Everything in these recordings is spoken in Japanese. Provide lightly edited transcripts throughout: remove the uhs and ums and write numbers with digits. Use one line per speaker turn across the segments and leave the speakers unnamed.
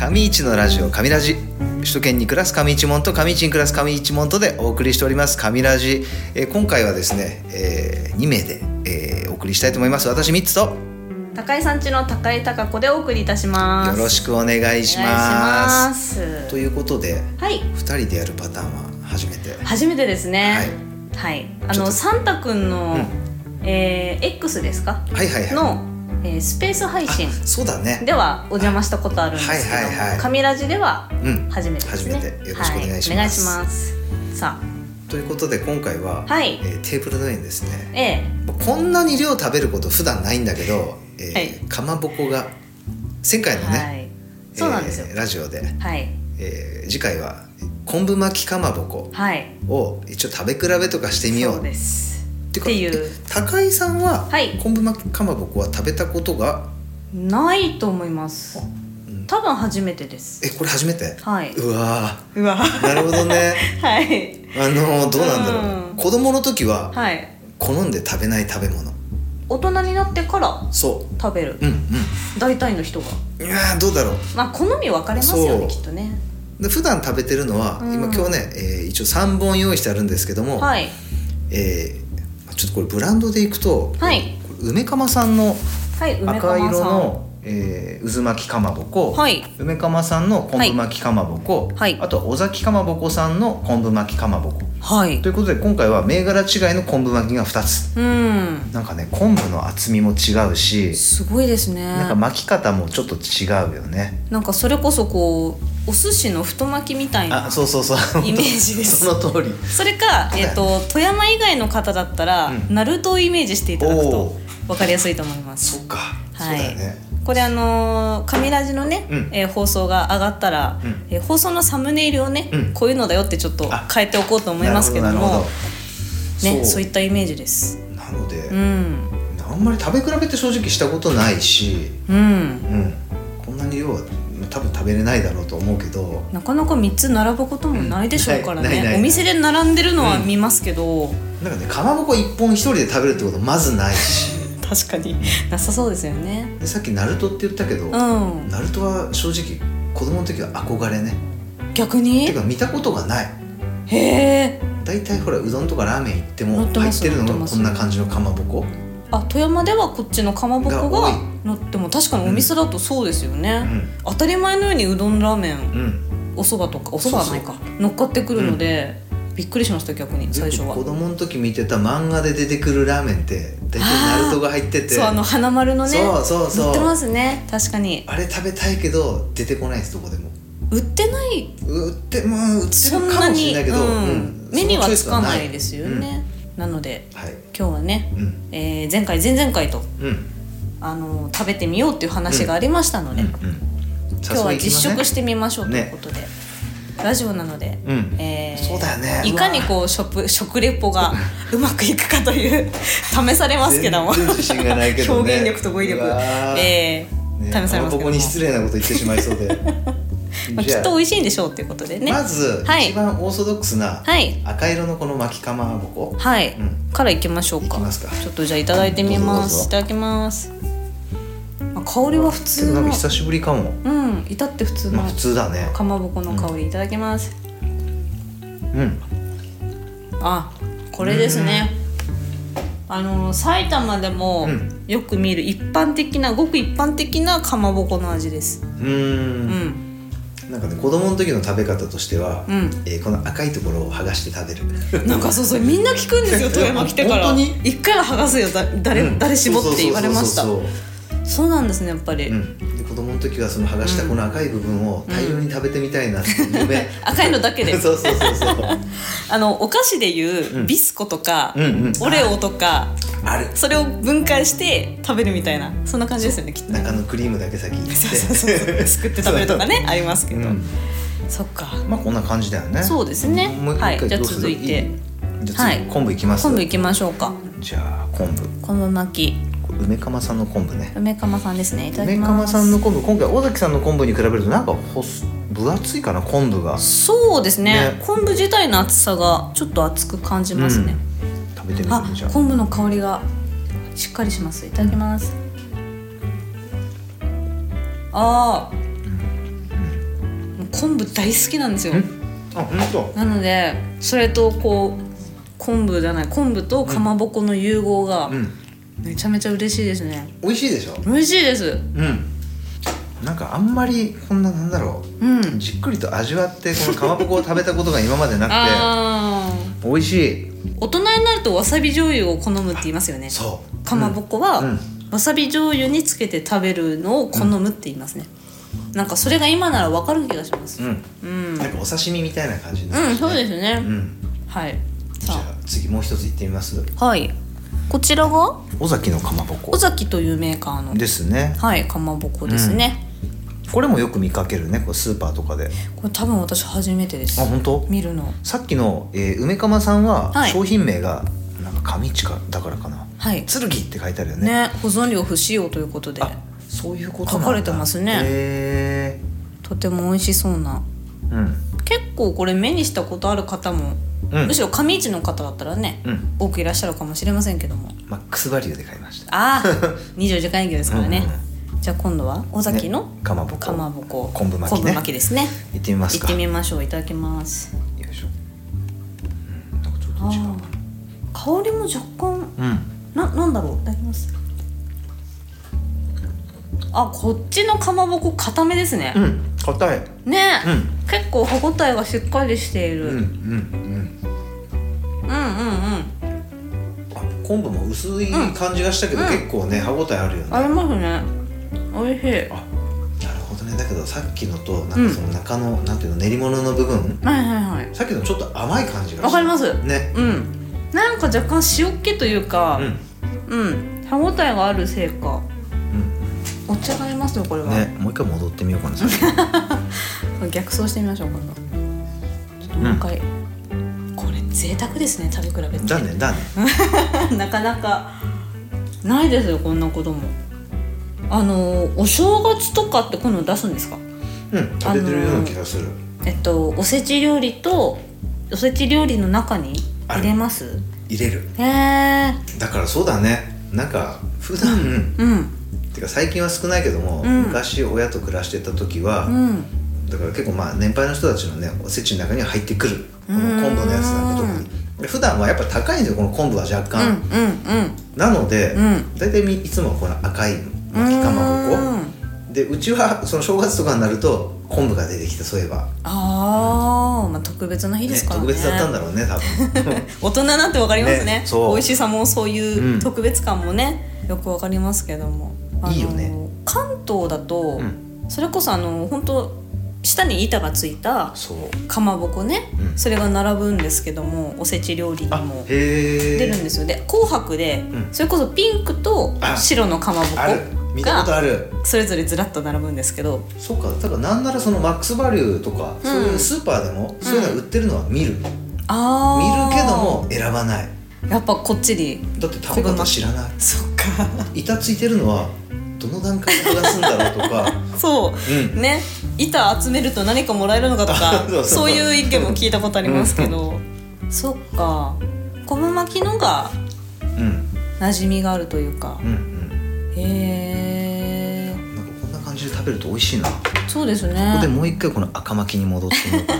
上市のラジオ、上ラジ。首都圏に暮らす上市門と上市に暮らす上市門とでお送りしております上ラジ。今回はですね、2名で、お送りしたいと思います。私ミッツと
高井さんちの高井貴子でお送りいたします。
よろしくお願いします。ということで、
はい、
2人でやるパターンは初めて
ですね。はい、サンタくんの、X ですか、のスペース配信
そうだね
ではお邪魔したことあるんですけど、上ラジでは初めてですね。
初めてよろしくお願いします。
お願いします。さあ
ということで今回は、テーブルの上にですね、こんなに量食べること普段ないんだけど、かまぼこが前回のね、
そうなんですよ、
ラジオで、次回は昆布巻きかまぼこを一応食べ比べとかしてみよう。
そうです
っていう高井さんは、昆布巻きかまぼこは食べたことが
ないと思います。多分初めてです。
これ初めて？うわなるほどね。どうなんだろう、子供の時は、好んで食べない食べ物、
大人になってから食べる、大体の人が。
いやどうだろう、
好み分かれますよね、きっとね。
で普段食べてるのは、今日ね、一応3本用意してあるんですけども、ちょっとこれブランドでいくと、梅釜さんの赤色の、渦巻きかまぼこ、梅釜さんの昆布巻きかまぼこ、あとは尾崎かまぼこさんの昆布巻きかまぼこ、ということで今回は銘柄違いの昆布巻きが2つ。なんかね、昆布の厚みも違うし、
すごいですね。
なんか巻き方もちょっと違うよね。
なんかそれこそこうお寿司の太巻きみたいなイメージです。
その通り。
それか、富山以外の方だったら、ナルトをイメージしていただくと分かりやすいと思います。
そっか、そうだよね。
これ上ラジのね、放送が上がったら、放送のサムネイルをね、こういうのだよってちょっと変えておこうと思いますけどもね、そういったイメージです。
なので、あんまり食べ比べって正直したことないし、こんなに量は多分食べれないだろうと思うけど、
なかなか3つ並ぶこともないでしょうからね。お店で並んでるのは見ますけど、
なんかね、かまぼこ1本1人で食べるってことまずないし
確かになさそうですよね。
でさっきナルトって言ったけど、ナルトは正直子供の時は憧れね。
逆に？
てか見たことがない。
へえ。
だいたいほらうどんとかラーメン行っても入ってるのがこんな感じのかまぼこ。
富山ではこっちのかまぼこが乗っても、確かにお店だとそうですよね。当たり前のようにうどんラーメン、お蕎麦とか、お蕎麦はないか、乗っかってくるので、びっくりしました。逆に最初は
子供の時見てた漫画で出てくるラーメンって大体ナルトが入ってて、
そう、花丸のね、
そう
売ってますね。確かにあ
れ食べたいけど出てこないです。どこでも
売ってるかもしれないけど、目にはつかないですよね。なので、今日はね、前回前々回と、食べてみようっていう話がありましたので、今日は実食してみましょうということで、ラジオなので、
そうだよね、
いかにこう食レポがうまくいくかという試されますけども、
全然自信がないけどね
表現力と語彙力、試されますけども、
ここに失礼なこと言ってしまいそうで
きっと美味しいんでしょうということでね。
まず、一番オーソドックスな赤色のこの巻きかまぼこ、からいきましょうか。ちょっとじゃあいただいてみます。いただきます。香りは普通の、 なんか久しぶりかも。
至って普通の
普通だね、
かまぼこの香り。いただきます。これですね。埼玉でもよく見るごく一般的なかまぼこの味です。なんかね、子供の時の食べ方としては、この赤いところを剥がして食べるなんかそうみんな聞くんですよ。富山来てから一回は剥がすよ、誰絞って言われました。そうなんですね、やっぱり。で
子供の時はその剥がしたこの赤い部分を大量に食べてみたいなって夢、
赤いのだけで
そう
お菓子でいうビスコとか、オレオとか
ある、
それを分解して食べるみたいな、そんな感じですよね、きっと。
中のクリームだけ先に
すくって食べるとかねありますけど、そっか、
こんな感じだよね。
そうですね。じゃあ続いて、
昆布いきます。
昆布いきましょうか。
じゃあ昆布巻き、梅釜さんの昆布ね。
梅釜さんですね。いただきます。
梅釜さんの昆布、今回尾崎さんの昆布に比べるとなんか分厚いかな、昆布が。
そうですね。昆布自体の厚さがちょっと厚く感じますね。
食べてみてみ。じゃあ
昆布の香りがしっかりします。いただきます。 昆布大好きなんですよ。
あ、本当。
なのでそれとこう昆布とかまぼこの融合がめちゃめちゃ嬉しいですね。
美味しいでしょ。
美味しいです。
なんかあんまりこんななんだろう、じっくりと味わってこのかまぼこを食べたことが今までなくて美味しい。
大人になるとわさび醤油を好むって言いますよね。
そう
かまぼこは、わさび醤油につけて食べるのを好むって言いますね。なんかそれが今ならわかる気がします。なんか
お刺身みたいな感じですね。
そうですね。はい。
じゃあ次もう一ついってみます。
はい。こちらが
尾崎のかまぼこ。
尾崎というメーカーの
ですね。
はい、かまぼこですね。
これもよく見かけるね、これスーパーとかで。
これ多分私初めてです。
あ、本当？
見るの。
さっきの、梅釜さんは商品名がなんか上市だからかな。はい。剣って書いてあるよね。
ね、保存料不使用ということで。
そういうことなんだ。
書かれてますね。とても美味しそうな。結構これ目にしたことある方も、むしろ上市の方だったらね、多くいらっしゃるかもしれませんけども。
マックスバリューで買いました。
24時間営業ですからね。じゃあ今度は尾崎の
かまぼこ昆布巻き
ですね。
行ってみますか。
行ってみましょう。いただきます。
よいしょ。なんかちょっと違う
香りも若干、なんだろう。いただきます。こっちのかまぼこ固めですね。
硬い
ね。結構歯ごたえがしっかりしている。
昆布も薄い感じがしたけど、結構ね歯ごたえあるよね。
ありますね。美味しい。
なるほどね。だけどさっきのとなんかその中の、なんていうの、練り物の部分、さっきのちょっと甘い感じが
わかります
ね。
なんか若干塩っ気というか、歯ごたえがあるせいか、お茶が合いますよこれは
ね。もう一回戻ってみようかな。
逆走してみましょう今度。ちょっともう一回、これ贅沢ですね、食べ比べて。
だね
なかなかないですよこんなことも。お正月とかってこういうの出すんですか？
食べてるような気がする。
おせち料理の中に入れます？
入れる。だからそうだね。なんか普段、てか最近は少ないけども、昔親と暮らしてた時は、だから結構年配の人たちのねおせちの中には入ってくるこの昆布のやつなんで、特に普段はやっぱ高いんですよこの昆布は若干。なので、だいたいいつもこの赤い巻きかまぼこで、うちはその正月とかになると昆布が出てきて、そういえば
特別な日ですからね。
特別だったんだろうね多分。
大人なんて分かりますね。美味しさもそういう特別感もね、よく分かりますけども、
いいよね。
関東だと、それこそ本当下に板がついたかまぼこね、それが並ぶんですけども、おせち料理にも出るんですよ。で紅白で、それこそピンクと白のかまぼこ
見たことある。
それぞれずらっと並ぶんですけど、
そうか。だからなんならそのマックスバリューとか、そういうスーパーでもそういうの売ってるのは見る、見るけども選ばない。
やっぱこっちに
だって食べ方知らない。
そっか。
板ついてるのはどの段階で剥がすんだろうとか
そうね、板集めると何かもらえるのかとかそういう意見も聞いたことありますけど、そっか、昆布巻きのが馴染みがあるというか。へえ。
なんかこんな感じで食べると美味しいな。
そうですね。
ここでもう一回この赤巻きに戻ってみようか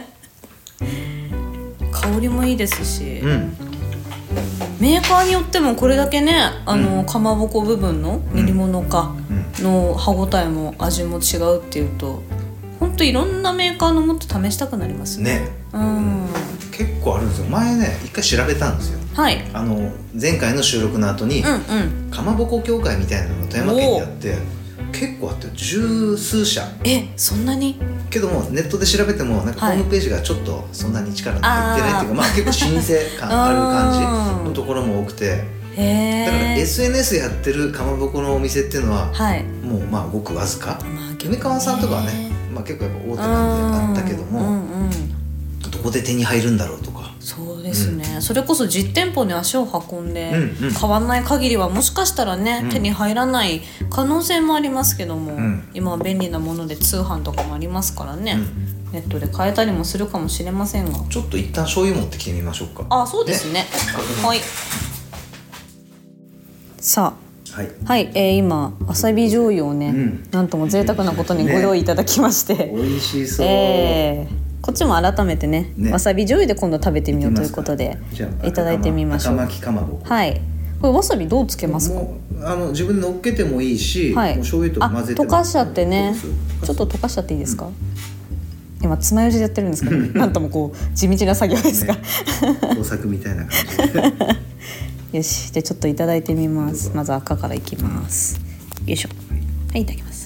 な。香りもいいですし、メーカーによってもこれだけね、かまぼこ部分の練り物かの歯ごたえも味も違うっていうと、ほんといろんなメーカーのもっと試したくなりますね。
結構あるんですよ。前ね一回調べたんですよ。前回の収録の後に、かまぼこ協会みたいなのが富山県にあって、結構あって十数社。
そんなに？
けどもネットで調べてもなんかホームページがちょっとそんなに力が入ってないっていうか、結構老舗感ある感じのところも多くて、だから SNS やってるかまぼこのお店っていうのは、もうごくわずか。梅川さんとかはね、結構やっぱ大手なんであったけども、どこで手に入るんだろうとか。
そうですね、それこそ実店舗に足を運んで買わない限りはもしかしたらね、手に入らない可能性もありますけども、今は便利なもので通販とかもありますからね、ネットで買えたりもするかもしれませんが、
ちょっと一旦醤油持ってきてみましょうか。
そうですね。はい。さあ、
はい、
はい、今わさび醤油をね、なんとも贅沢なことにご用意いただきまして、
美味しそう、
こっちも改めてねわさび醤油で今度食べてみようということでいただいてみましょう。
赤巻きかまぼこ、
はい、これわさびどうつけますか？
自分で乗っけてもいいし、もう醤油と混ぜても
溶かしちゃってね、ちょっと溶かしちゃっていいですか？今爪楊枝でやってるんですけど、なんともこう地道な作業ですが、
工作みたいな感じで
よし、じゃあちょっといただいてみます。まず赤からいきます。よいしょ。はい、いただきます。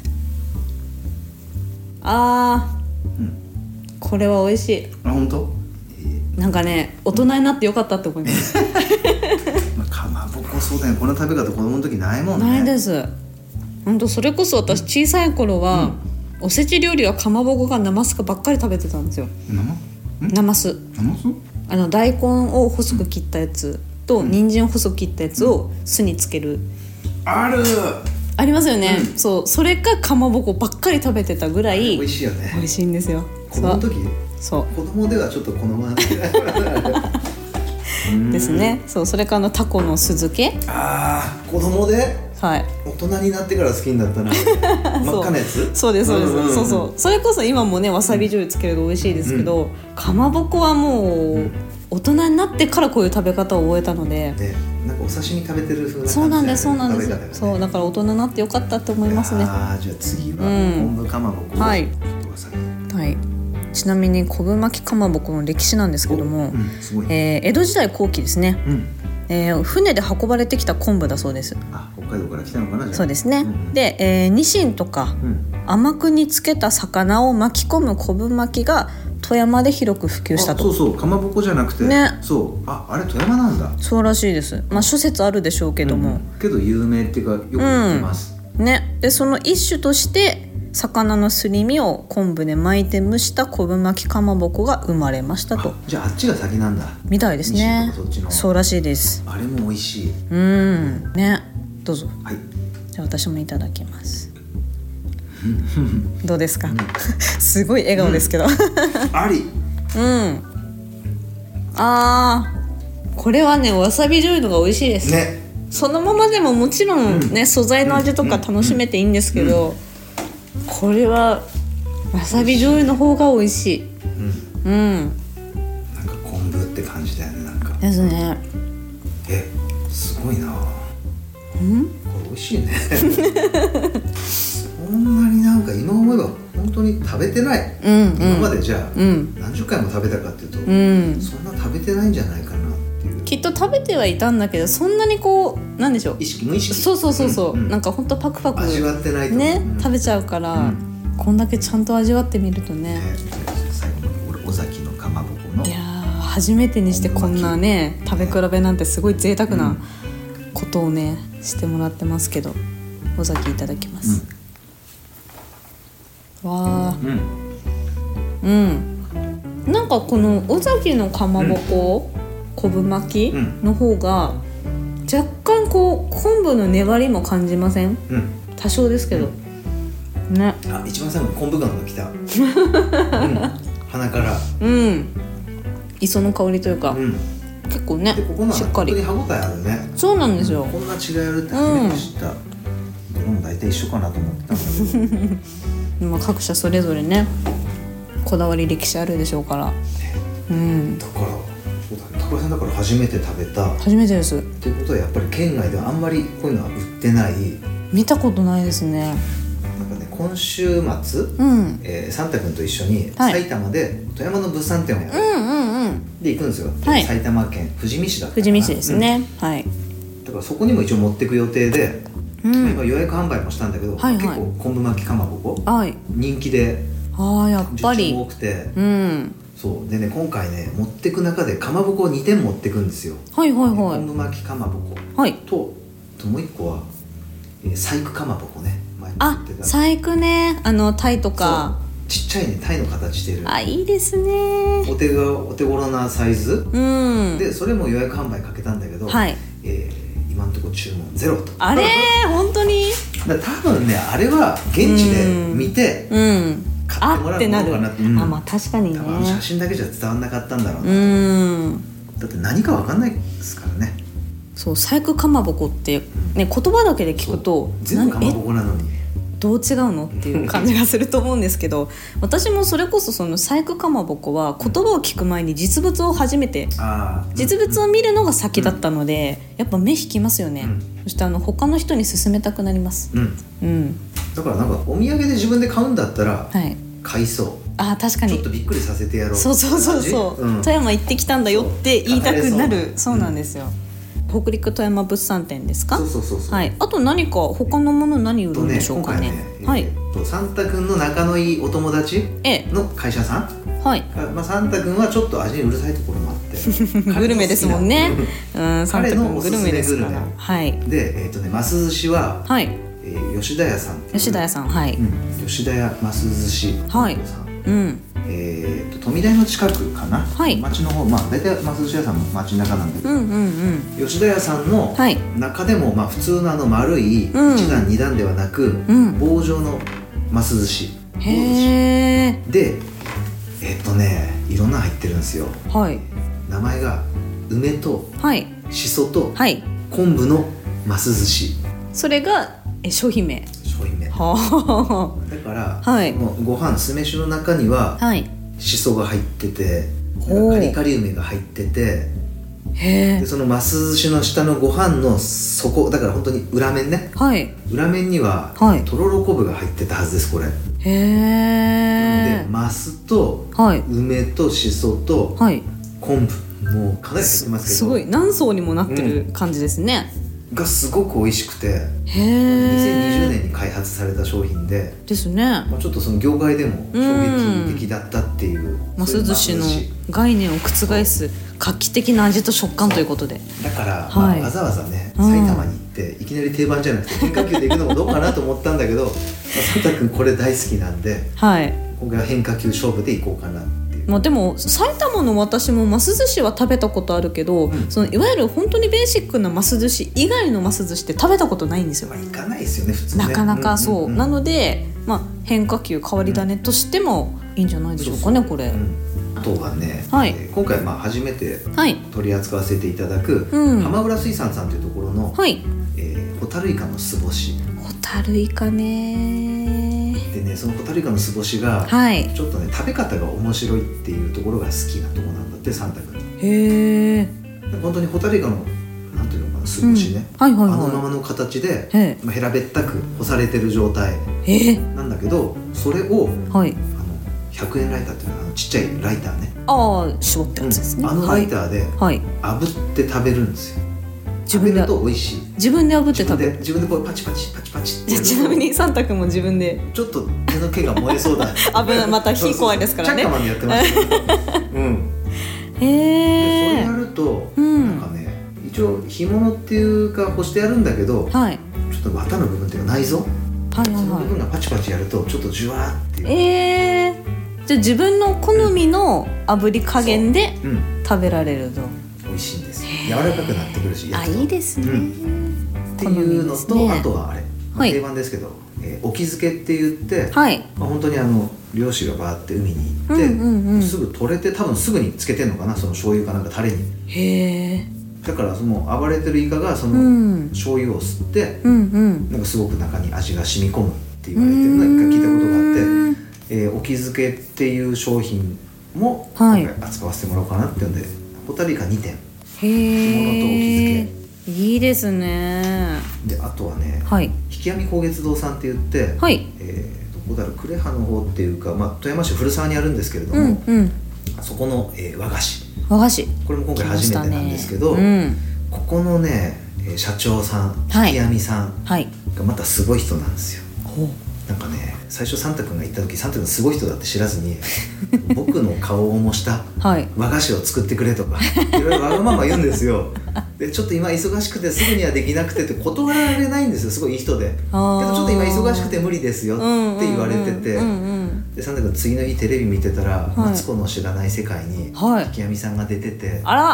これは美味しい。
本当？
なんかね、大人になってよかったって思います
かまぼこ、そうだね、この食べ方子供の時ないもんね。
ないです。本当それこそ私小さい頃は、おせち料理はかまぼこかなますかばっかり食べてたんですよ。なます大根を細く切ったやつと、人参を細く切ったやつを酢につける、ありますよね、そう、それかかまぼこばっかり食べてたぐらい
美味しいよね。
美味しいんですよ。
子供の時？
そう、
子供ではちょっと好まない
ですね。そう、それからタコの酢漬け。
子供で？
はい、
大人になってから好きになったな真っ赤なやつ。
そうですそうです、そうそう、それこそ今もねわさび醤油つけると美味しいですけど、かまぼこはもう、大人になってからこういう食べ方を覚えたので、
なんかお刺身食べてる風な感じ。
そうなんです、そうなんです、
ね、
そうだから大人になってよかったと思いますね。
じゃあ次は昆布かまぼこ、
はい、ちなみに昆布巻きかまぼこの歴史なんですけども、江戸時代後期ですね、船で運ばれてきた昆布だそうです。
北海道から来たのかな。
そうですね、で、ニシンとか、甘く煮つけた魚を巻き込む昆布巻きが富山で広く普及したと。
そうそう、かまぼこじゃなくて、そう、あれ富山なんだ。
そうらしいです。諸説あるでしょうけども、
けど有名っていうかよく聞きます、
でその一種として魚のすり身を昆布で巻いて蒸した昆布巻きかまぼこが生まれましたと。
じゃああっちが先なんだ
みたいですね。そうらしいです。
あれも美味しい。
ね、どうぞ。
はい、
じゃあ私もいただきますどうですか？すごい笑顔ですけど、
あり。
これはねわさび醤油のが美味しいです
ね。
そのままでももちろんね、素材の味とか楽しめていいんですけど、これはわさび醤油の方が美味しい。
なんか昆布って感じだよね。なんか
ですね。
すごいな。これ美味しいねそんなになんか今思えば本当に食べてない、今までじゃあ、何十回も食べたかっていうと、そんな食べてないんじゃないかなっていう。き
っと食べてはいたんだけど、そんなにこうなんでしょう、
無意識。
そう、なんか本当パクパク
味わってないと
ね、食べちゃうから、こんだけちゃんと味わってみるとね。
最後の俺尾崎のかまぼこの、
いや初めてにしてこんなね食べ比べなんてすごい贅沢なことをねしてもらってますけど、尾崎いただきます。わなんかこの尾崎のかまぼこ、昆布巻きの方が若干こう昆布の粘りも感じません？多少ですけど、ね。
一番最後に昆布感が来た鼻から
磯の香りというか、結構ねしっかり。
本当に歯応えあるね。
そうなんですよ。
こんな違いあるって初めて知った。どれも大体一緒かなと思ってたんだけど
各社それぞれねこだわり歴史あるでしょうから、
だからそうだね、高橋さんだから初めて食べた。
初めてです。
っていうことはやっぱり県外ではあんまりこういうのは売ってない。
見たことないですね。
なんかね、今週末、サンタ君と一緒に埼玉で富山の物産展をやる、で行くんですよ、埼玉県富士見市だったかな。
富士見市ですね、
だからそこにも一応持ってく予定で、今予約販売もしたんだけど、結構昆布巻きかまぼこ、人気で
やっぱり
多くて、そうでね、今回ね持ってく中でかまぼこを2点持ってくんですよ。昆布巻きかまぼこ、ともう1個は細工かまぼこね。
細工ね、タイとか
ちっちゃいね、タイの形してる。
いいですね。
お手頃なサイズ、でそれも予約販売かけたんだけど、今のところ注文ゼロと。
あれ本当に
多分ね、あれは現地で見て買ってもらうのかなって。
確かにね、
多分写真だけじゃ伝わんなかったんだろうなと。だって何か分かんないですからね。
そう細工かまぼこってね、言葉だけで聞くと
全部かまぼこなのに
どう違うのっていう感じがすると思うんですけど私もそれこそその細工かまぼこは言葉を聞く前に実物を初めて、実物を見るのが先だったので、やっぱ目引きますよね、そして他の人に勧めたくなります、
だからなんかお土産で自分で買うんだったら、買いそう。
確かに
ちょっとびっくりさせてやろう。
そう、富山行ってきたんだよって言いたくなる。そうなんですよ、北陸富山物産展ですか。そう、はい。あと何か他のもの何売るんでしょうかね。はい。
サンタ君の仲のいいお友達の会社さん。はい。サンタ君はちょっと味にうるさいところもあって
グルメですもんね。サンタ君グルメですから。はい。
でます寿司は吉田屋さん。
吉田屋さん、はい。
吉田屋ます寿司
はい。
富台の近くかな、町の方、大体ます寿司屋さんも町中なんだけど、吉田屋さんの中でも、普通の丸い1段2段ではなく、棒状のます寿司でいろんな入ってるんですよ、名前が梅としそと昆布のます寿司。
それが商品名
だから、もうご飯酢飯の中にはしそが入ってて、カリカリ梅が入ってて、でそのます寿司の下のご飯の底だから本当に裏面ね、裏面にはとろろ昆布が入ってたはずです。これでますと梅としそと昆布、もうかなり入ってますけど、
すごい何層にもなってる感じですね、
がすごく美味しくて、2020年に開発された商品
ですね。
ちょっとその業界でも衝撃的だったっていう、
ます寿司の概念を覆す画期的な味と食感ということで、
だから、わざわざね埼玉に行っていきなり定番じゃなくて変化球で行くのもどうかなと思ったんだけどサンタ君これ大好きなんで、今回は変化球勝負で行こうかな。
でも埼玉の私もます寿司は食べたことあるけど、そのいわゆる本当にベーシックなます寿司以外のます寿司って食べたことないんですよ。
行かないですよね普通ね。
なかなかそう、なので、変化球変わり種としてもいいんじゃないでしょうかね、これ。
あとはね、今回初めて取り扱わせていただく、浜浦水産さんというところの、ホタルイカの酢干し。
ホタルイカね。
でね、そのホタルイカの酢干しが、ちょっとね食べ方が面白いっていうところが好きなところなんだってサンタ君。本当にホタルイカのなんていうのかな、酢干しね、あのままの形で平べったく干されてる状態なんだけど、それを100円ライターっていうのはちっちゃいライターね、
絞ったやつですね、
あのライターで炙って食べるんですよ。
自分で
食べると美味しい。
自分で炙って食べる。
自分でこうパチパチパチパチって。
ちなみにサンタ君も自分で。
ちょっと手の毛が燃えそうだ。
危ない、また火怖いですからね。
チャッカマンでやってます。でそれやるとなんかね、一応干物っていうか干してやるんだけど、ちょっと綿の部分っていうか内臓、その部分がパチパチやるとちょっとジュワーっていう。
じゃあ自分の好みの炙り加減で食べられると。
美味しいんですよ。柔らかくなってくるし、
いいですね、
っていうのと、あとはあれ、定番ですけど、沖漬けって言って、本当に漁師がバーって海に行って、すぐ取れて、多分すぐにつけてんのかな、その醤油かなんかタレに。だからその暴れてるイカがその醤油を吸って、なんかすごく中に味が染み込むって言われてるのを一回聞いたことがあって、沖漬けっていう商品も今回扱わせてもらおうかなっていうんで、ホタルイカ2点、干物と沖漬け。
いいですね。
であとはね、引上高月堂さんって言って、どこだろう、呉羽の方っていうか、富山市古沢にあるんですけれども、そこの、和菓子、これも今回初めてなんですけど、ここのね社長さん、引上さんがまたすごい人なんですよ。なんかね、最初サンタ君が行った時、サンタ君すごい人だって知らずに僕の顔を模した和菓子を作ってくれとか、いろいろわがまま言うんですよ。でちょっと今忙しくてすぐにはできなくてって断られないんですよ。すごいいい人で、けどちょっと今忙しくて無理ですよって言われてて、でサンタ君次の日テレビ見てたら、マツコの知らない世界に引上さんが出てて、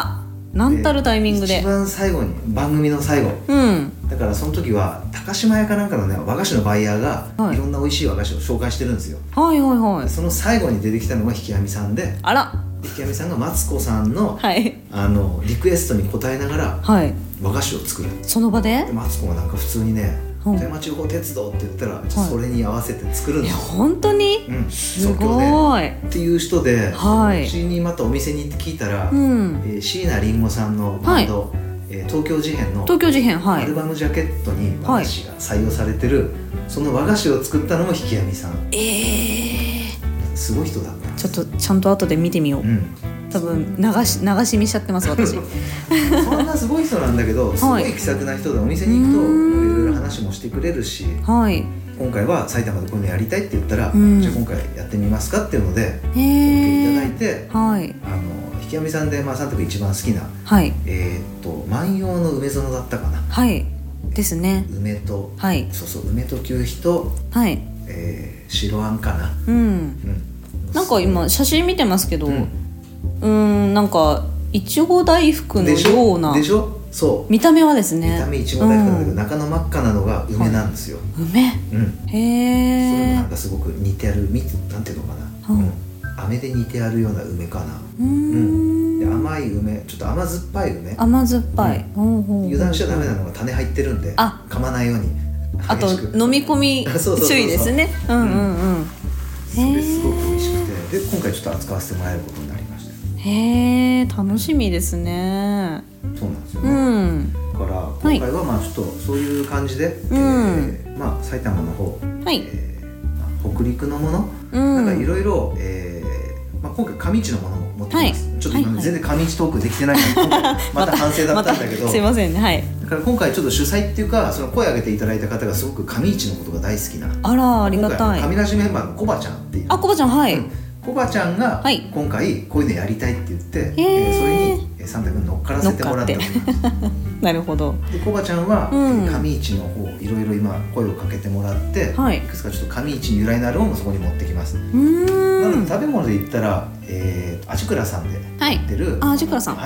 なんたるタイミングで
一番最後に番組の最後、だからその時は高島屋かなんかのね和菓子のバイヤーがいろんな美味しい和菓子を紹介してるんですよ。
はいはいはい。
その最後に出てきたのが引き網さんで、
あら、
引き網さんがマツコさんの、
はい、
リクエストに応えながら、はい、和菓子を作る。
その場で
マツコがなんか普通にね、富山地方鉄道って言ったらそれに合わせて作るんですよ。
本当に、すごい
っていう人で、うちにまたお店に行って聞いたら、椎名林檎さんのバンド、東京事変のアルバムジャケットに和菓子が採用されてる、その和菓子を作ったのも引き網さん。すごい人だった。
ちょっとちゃんと後で見てみよう。多分流し見しちゃってます私。
そんなすごい人なんだけど、すごい気さくな人で、お店に行くといろいろ話もしてくれるし、今回は埼玉でこういうのやりたいって言ったら、じゃあ今回やってみますかっていうので OK いただいて、引き網さんで、サンタ君一番好きな、万葉の梅園だったかな。
はいですね。
梅と、梅と求肥と、白あんかな。なん
か今写真見てますけど、なんかいちご大福のような
でしょ。そう
見た目はですね、
見た目いちご大福なんだけど、中の真っ赤なのが梅なんですよ。
梅、へえ。
それもなんかすごく似てある、なんていうのかな、飴で似てあるような梅かな。で甘い梅、ちょっと甘酸っぱい梅。
甘酸っぱい、
油断しちゃダメなのが種入ってるんで、噛まないように。
あと飲み込み注意ですね。そ
れすごく美味しくて、で今回ちょっと扱わせてもらえることになりました。
へえ、楽しみですね。
そうなんですよね。だから今回はちょっとそういう感じで、埼玉の方、北陸のもの、なんかいろいろ今回上市のものも持ってきます。ちょっと今全然上市トークできてないからまた反省だったんだけど、
すいませんね。
だから今回ちょっと主催っていうか、その声を上げていただいた方がすごく上市のことが大好きな、
ありがたい。
上梨メンバーのコバちゃんっていう、
コバちゃん、
コバちゃんが今回こういうのやりたいって言って、それにサンタ君乗っからせてもらって
なるほど。
でコバちゃんは上市の方いろいろ今声をかけてもらって、いくつかちょっと上市に由来のあるものもそこに持ってきます。なので食べ物で言ったら、味倉さんでやってる、
味倉さん、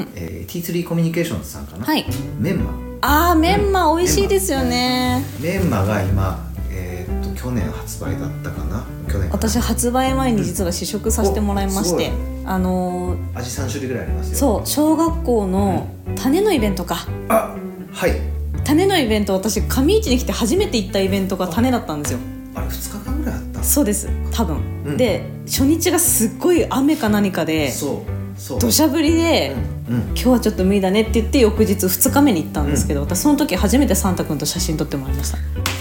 T3 コミュニケーションズさんかな、メンマ。
メンマ美味しいですよね。
メンマが今去年発売だったかな。
私発売前に実は試食させてもらいまして、
味3種類ぐらいありますよ。
そう、小学校の種のイベントか、種のイベント、私上市に来て初めて行ったイベントが種だったんですよ。
あれ2日間ぐらいあった。
そうです多分、で初日がすっごい雨か何かで土砂降りで、今日はちょっと無理だねって言って翌日2日目に行ったんですけど、私その時初めてサンタ君と写真撮ってもらいました。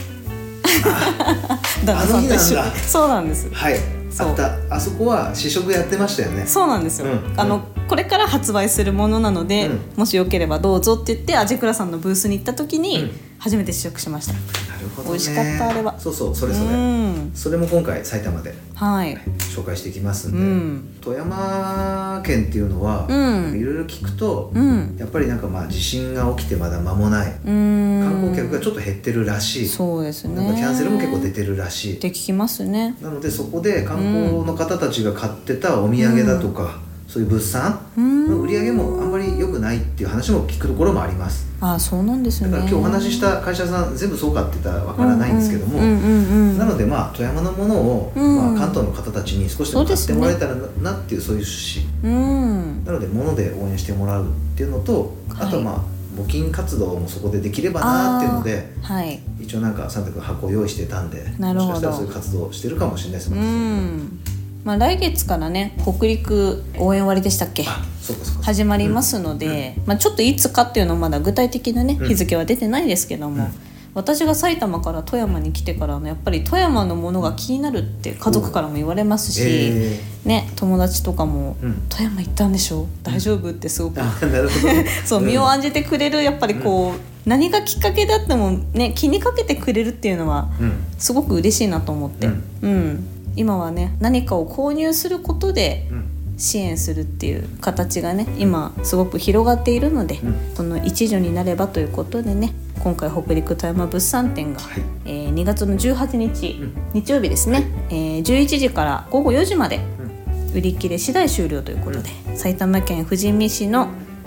旦那さんと一緒に。そうなんです。
あそこは試食やってましたよね。
そうなんですよ。これから発売するものなので、もしよければどうぞって言って味倉さんのブースに行った時に初めて試食しました。
なるほどね。
美味しかったあれは。
それも今回埼玉で紹介していきますんで、富山県っていうのはいろいろ聞くと、やっぱりなんか地震が起きてまだ間もない、観光客がちょっと減ってるらしい。
そうですね。
なんかキャンセルも結構出てるらしい
って聞きますね。
なのでそこで観光の方たちが買ってたお土産だとか、そういう物産の売り上げもあんまり良くないっていう話も聞くところもあります。
そうなんですね。
だから今日お話しした会社さん全部そうかって言ったらわからないんですけども、なので富山のものを、関東の方たちに少しでも買ってもらえたらなっていう、そういう趣旨、なので物で応援してもらうっていうのと、あとは募金活動もそこでできればなっていうので、一応なんかサンタ君箱を用意してたんで、もしかしたらそういう活動をしてるかもしれないですね。来月からね、北陸応援割でしたっけ、始まりますので、ちょっといつかっていうのはまだ具体的なね、日付は出てないですけども、私が埼玉から富山に来てからやっぱり富山のものが気になるって家族からも言われますし、友達とかも、富山行ったんでしょ、大丈夫ってすごくそう身を案じてくれる。やっぱり何がきっかけであってもね、気にかけてくれるっていうのはすごく嬉しいなと思って、今はね、何かを購入することで支援するっていう形がね、今すごく広がっているので、その一助になればということでね、今回北陸富山物産展が、2月の18日、日曜日ですね、11時から午後4時まで売り切れ次第終了ということで、埼玉県富士見市の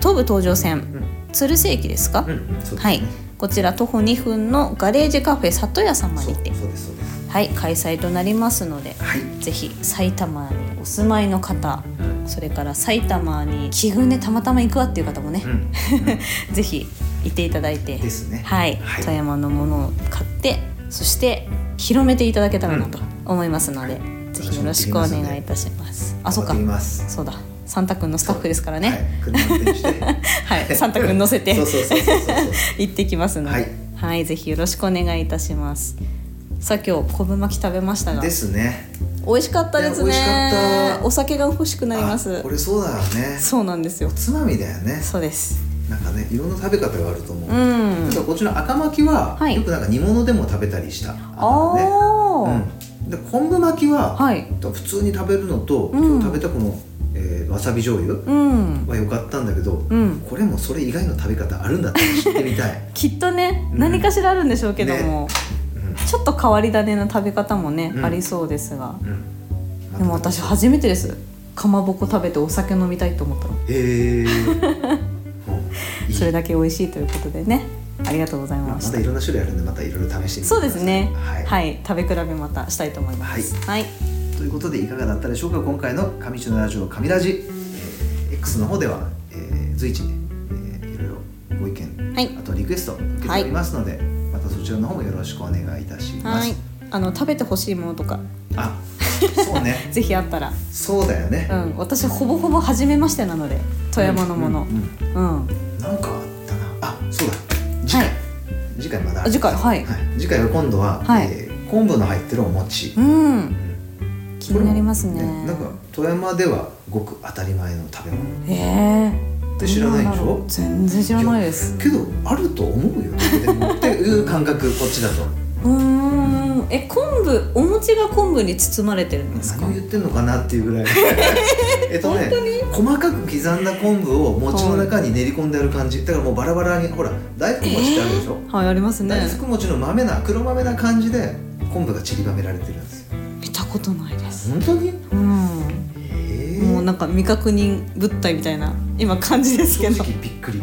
東武東上線、鶴瀬駅ですか、
そうですね、
はい、こちら徒歩2分のガレージカフェ里屋様にて、
そうです
はい、開催となりますので、
はい、
ぜひ埼玉にお住まいの方、それから埼玉に気分でたまたま行くわっていう方もね、ぜひ行っていただいて
ですね、
はい、富山のものを買ってそして広めていただけたらなと思いますので、ぜひよろしくお願いいたします。あ、そうか、そうだ、サンタくんのスタッフですからね、
はい、車運転して
はい、サンタくん乗せて
そう
行ってきますので、はい、ぜひよろしくお願いいたします。さあ今日昆布巻き食べましたが
ですね、
美味しかったですね。
美味しかった。
お酒が欲しくなります。
これそうだよね。
そうなんですよ。
おつまみだよね。
そうです。
なんかね、いろんな食べ方があると思う。ただこっちの赤巻きは、よくなんか煮物でも食べたりした。で昆布巻きは、普通に食べるのと、今日食べたこの、わさび醤油は良かったんだけど、これもそれ以外の食べ方あるんだって知ってみたい。
きっとね、何かしらあるんでしょうけども、ちょっと変わり種の食べ方もね、ありそうですが、でも私初めてです。かまぼこ食べてお酒飲みたいと思ったの。それだけ美味しいということでね、ありがとうございました。
またいろんな種類あるんで、またいろいろ試してみてください。
そうですね、はい、食べ比べまたしたいと思います。はい、
ということでいかがだったでしょうか。今回の上市のラジオ神ラジ、X の方では、随時ね、いろいろご意見、あとリクエスト受けておりますので、またそちらの方もよろしくお願いいたします。
食べてほしいものとか、
そうね
ぜひあったら。
そうだよね、
私ほぼほぼ初めましてなので、富山のもの、
なんかあったな。そうだ、次回まだある。次回は今度は、昆布の入ってるお餅、
気になりますね。
なんか富山ではごく当たり前の食べ物って知らないでしょ。
全然知らないです。
けどあると思うよっていう感覚、こっちだと。
昆布、お餅が昆布に包まれてるんですか。
何を言ってんのかなっていうぐらい細かく刻んだ昆布を餅の中に練り込んである感じ。だからもうバラバラに、ほら大福餅ってあるでしょ。
はい、ありますね。
大福餅の黒豆な感じで昆布が散りばめられてるんですよ。
見たことないです。
本当に？
もうなんか未確認物体みたいな今感じですけど、
正直びっくり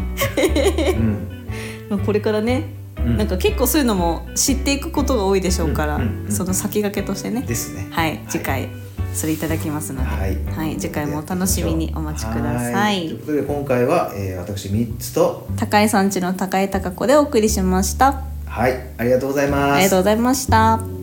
これからね、なんか結構そういうのも知っていくことが多いでしょうから、その先駆けとしてね、
ですね、
次回それいただきますので、次回もお楽しみにお待ちください。
ということで今回は、私3つと
高井さんちの高井貴子でお送りしました。
はい、ありがとうございます。
ありがとうございました。